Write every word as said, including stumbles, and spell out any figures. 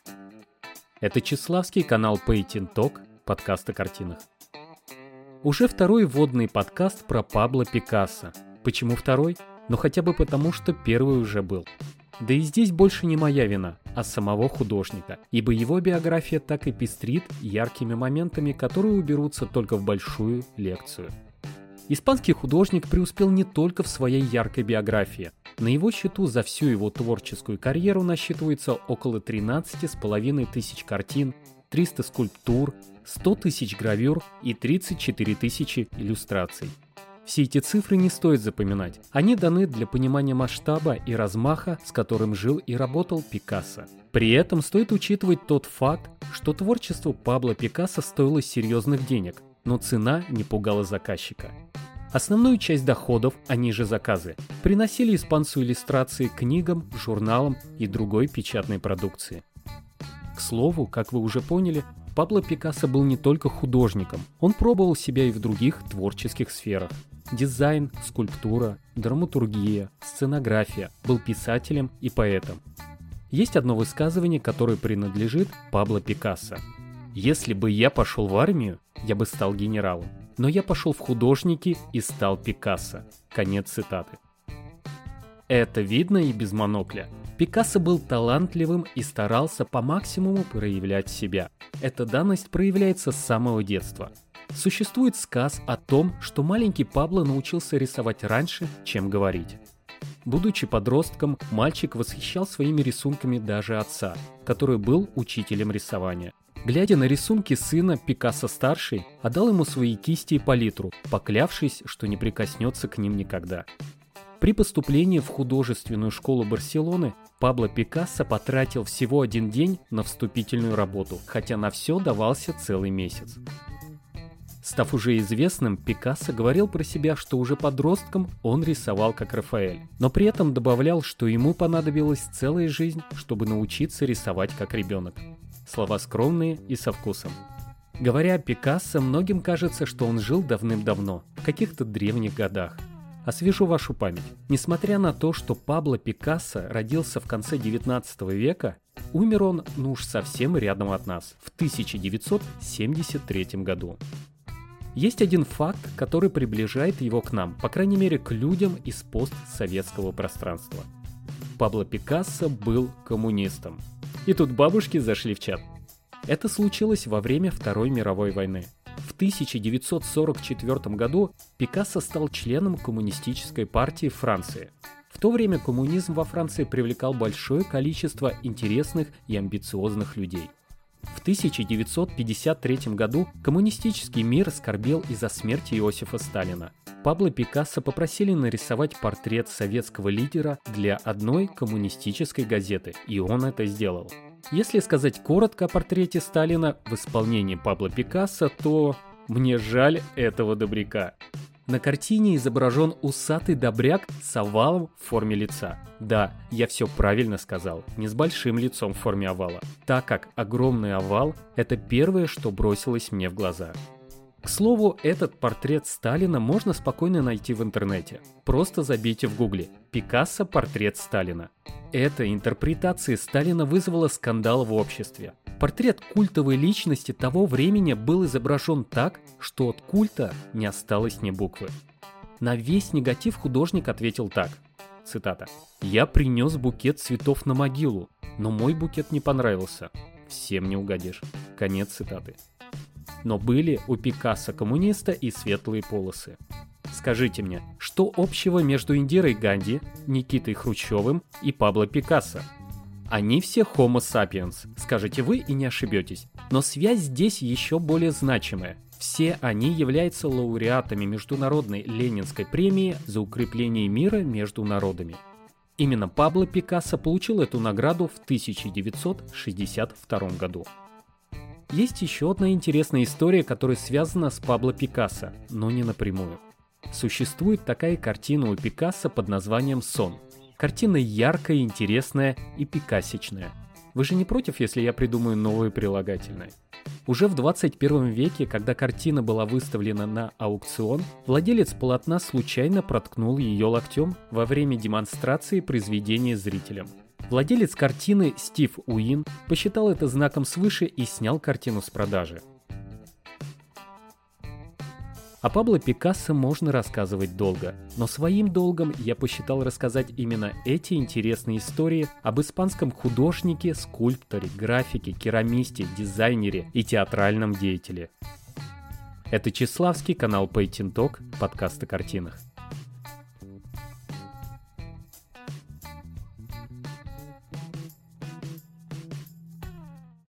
Это Числавский канал Painting Talk, подкаст о картинах. Уже второй вводный подкаст про Пабло Пикассо. Почему второй? Ну хотя бы потому, что первый уже был. Да и здесь больше не моя вина, а самого художника, ибо его биография так и пестрит яркими моментами, которые уберутся только в большую лекцию. Испанский художник преуспел не только в своей яркой биографии. На его счету за всю его творческую карьеру насчитывается около тринадцати с половиной тысяч картин, триста скульптур, сто тысяч гравюр и тридцать четыре тысячи иллюстраций. Все эти цифры не стоит запоминать. Они даны для понимания масштаба и размаха, с которым жил и работал Пикассо. При этом стоит учитывать тот факт, что творчество Пабло Пикассо стоило серьезных денег, но цена не пугала заказчика. Основную часть доходов, они же заказы, приносили испанцу иллюстрации к книгам, журналам и другой печатной продукции. К слову, как вы уже поняли, Пабло Пикассо был не только художником, он пробовал себя и в других творческих сферах. Дизайн, скульптура, драматургия, сценография, был писателем и поэтом. Есть одно высказывание, которое принадлежит Пабло Пикассо. «Если бы я пошел в армию, я бы стал генералом, но я пошел в художники и стал Пикассо». Конец цитаты. Это видно и без монокля. Пикассо был талантливым и старался по максимуму проявлять себя. Эта данность проявляется с самого детства. Существует сказ о том, что маленький Пабло научился рисовать раньше, чем говорить. Будучи подростком, мальчик восхищал своими рисунками даже отца, который был учителем рисования. Глядя на рисунки сына, Пикассо-старший отдал ему свои кисти и палитру, поклявшись, что не прикоснется к ним никогда. При поступлении в художественную школу Барселоны Пабло Пикассо потратил всего один день на вступительную работу, хотя на все давался целый месяц. Став уже известным, Пикассо говорил про себя, что уже подростком он рисовал как Рафаэль, но при этом добавлял, что ему понадобилась целая жизнь, чтобы научиться рисовать как ребенок. Слова скромные и со вкусом. Говоря о Пикассо, многим кажется, что он жил давным-давно, в каких-то древних годах. Освежу вашу память. Несмотря на то, что Пабло Пикассо родился в конце девятнадцатого века, умер он, ну уж совсем рядом от нас, в тысяча девятьсот семьдесят третьем году. Есть один факт, который приближает его к нам, по крайней мере к людям из постсоветского пространства. Пабло Пикассо был коммунистом. И тут бабушки зашли в чат. Это случилось во время Второй мировой войны. В тысяча девятьсот сорок четвёртом году Пикассо стал членом Коммунистической партии Франции. В то время коммунизм во Франции привлекал большое количество интересных и амбициозных людей. В тысяча девятьсот пятьдесят третьем году коммунистический мир скорбел из-за смерти Иосифа Сталина. Пабло Пикассо попросили нарисовать портрет советского лидера для одной коммунистической газеты, и он это сделал. Если сказать коротко о портрете Сталина в исполнении Пабло Пикассо, то мне жаль этого добряка. На картине изображен усатый добряк с овалом в форме лица. Да, я все правильно сказал, не с большим лицом в форме овала, так как огромный овал – это первое, что бросилось мне в глаза. К слову, этот портрет Сталина можно спокойно найти в интернете. Просто забейте в гугле «Пикассо портрет Сталина». Эта интерпретация Сталина вызвала скандал в обществе. Портрет культовой личности того времени был изображен так, что от культа не осталось ни буквы. На весь негатив художник ответил так, цитата: «Я принес букет цветов на могилу, но мой букет не понравился. Всем не угодишь». Конец цитаты. Но были у Пикассо коммуниста и светлые полосы. Скажите мне, что общего между Индирой Ганди, Никитой Хрущевым и Пабло Пикассо? Они все Homo sapiens, скажете вы и не ошибетесь. Но связь здесь еще более значимая. Все они являются лауреатами Международной Ленинской премии за укрепление мира между народами. Именно Пабло Пикассо получил эту награду в тысяча девятьсот шестьдесят втором году. Есть еще одна интересная история, которая связана с Пабло Пикассо, но не напрямую. Существует такая картина у Пикассо под названием «Сон». Картина яркая, интересная и пикассичная. Вы же не против, если я придумаю новые прилагательные? Уже в двадцать первом веке, когда картина была выставлена на аукцион, владелец полотна случайно проткнул ее локтем во время демонстрации произведения зрителям. Владелец картины Стив Уин посчитал это знаком свыше и снял картину с продажи. О Пабло Пикассо можно рассказывать долго, но своим долгом я посчитал рассказать именно эти интересные истории об испанском художнике, скульпторе, графике, керамисте, дизайнере и театральном деятеле. Это Чеславский, канал Painting Talk, подкаст о картинах.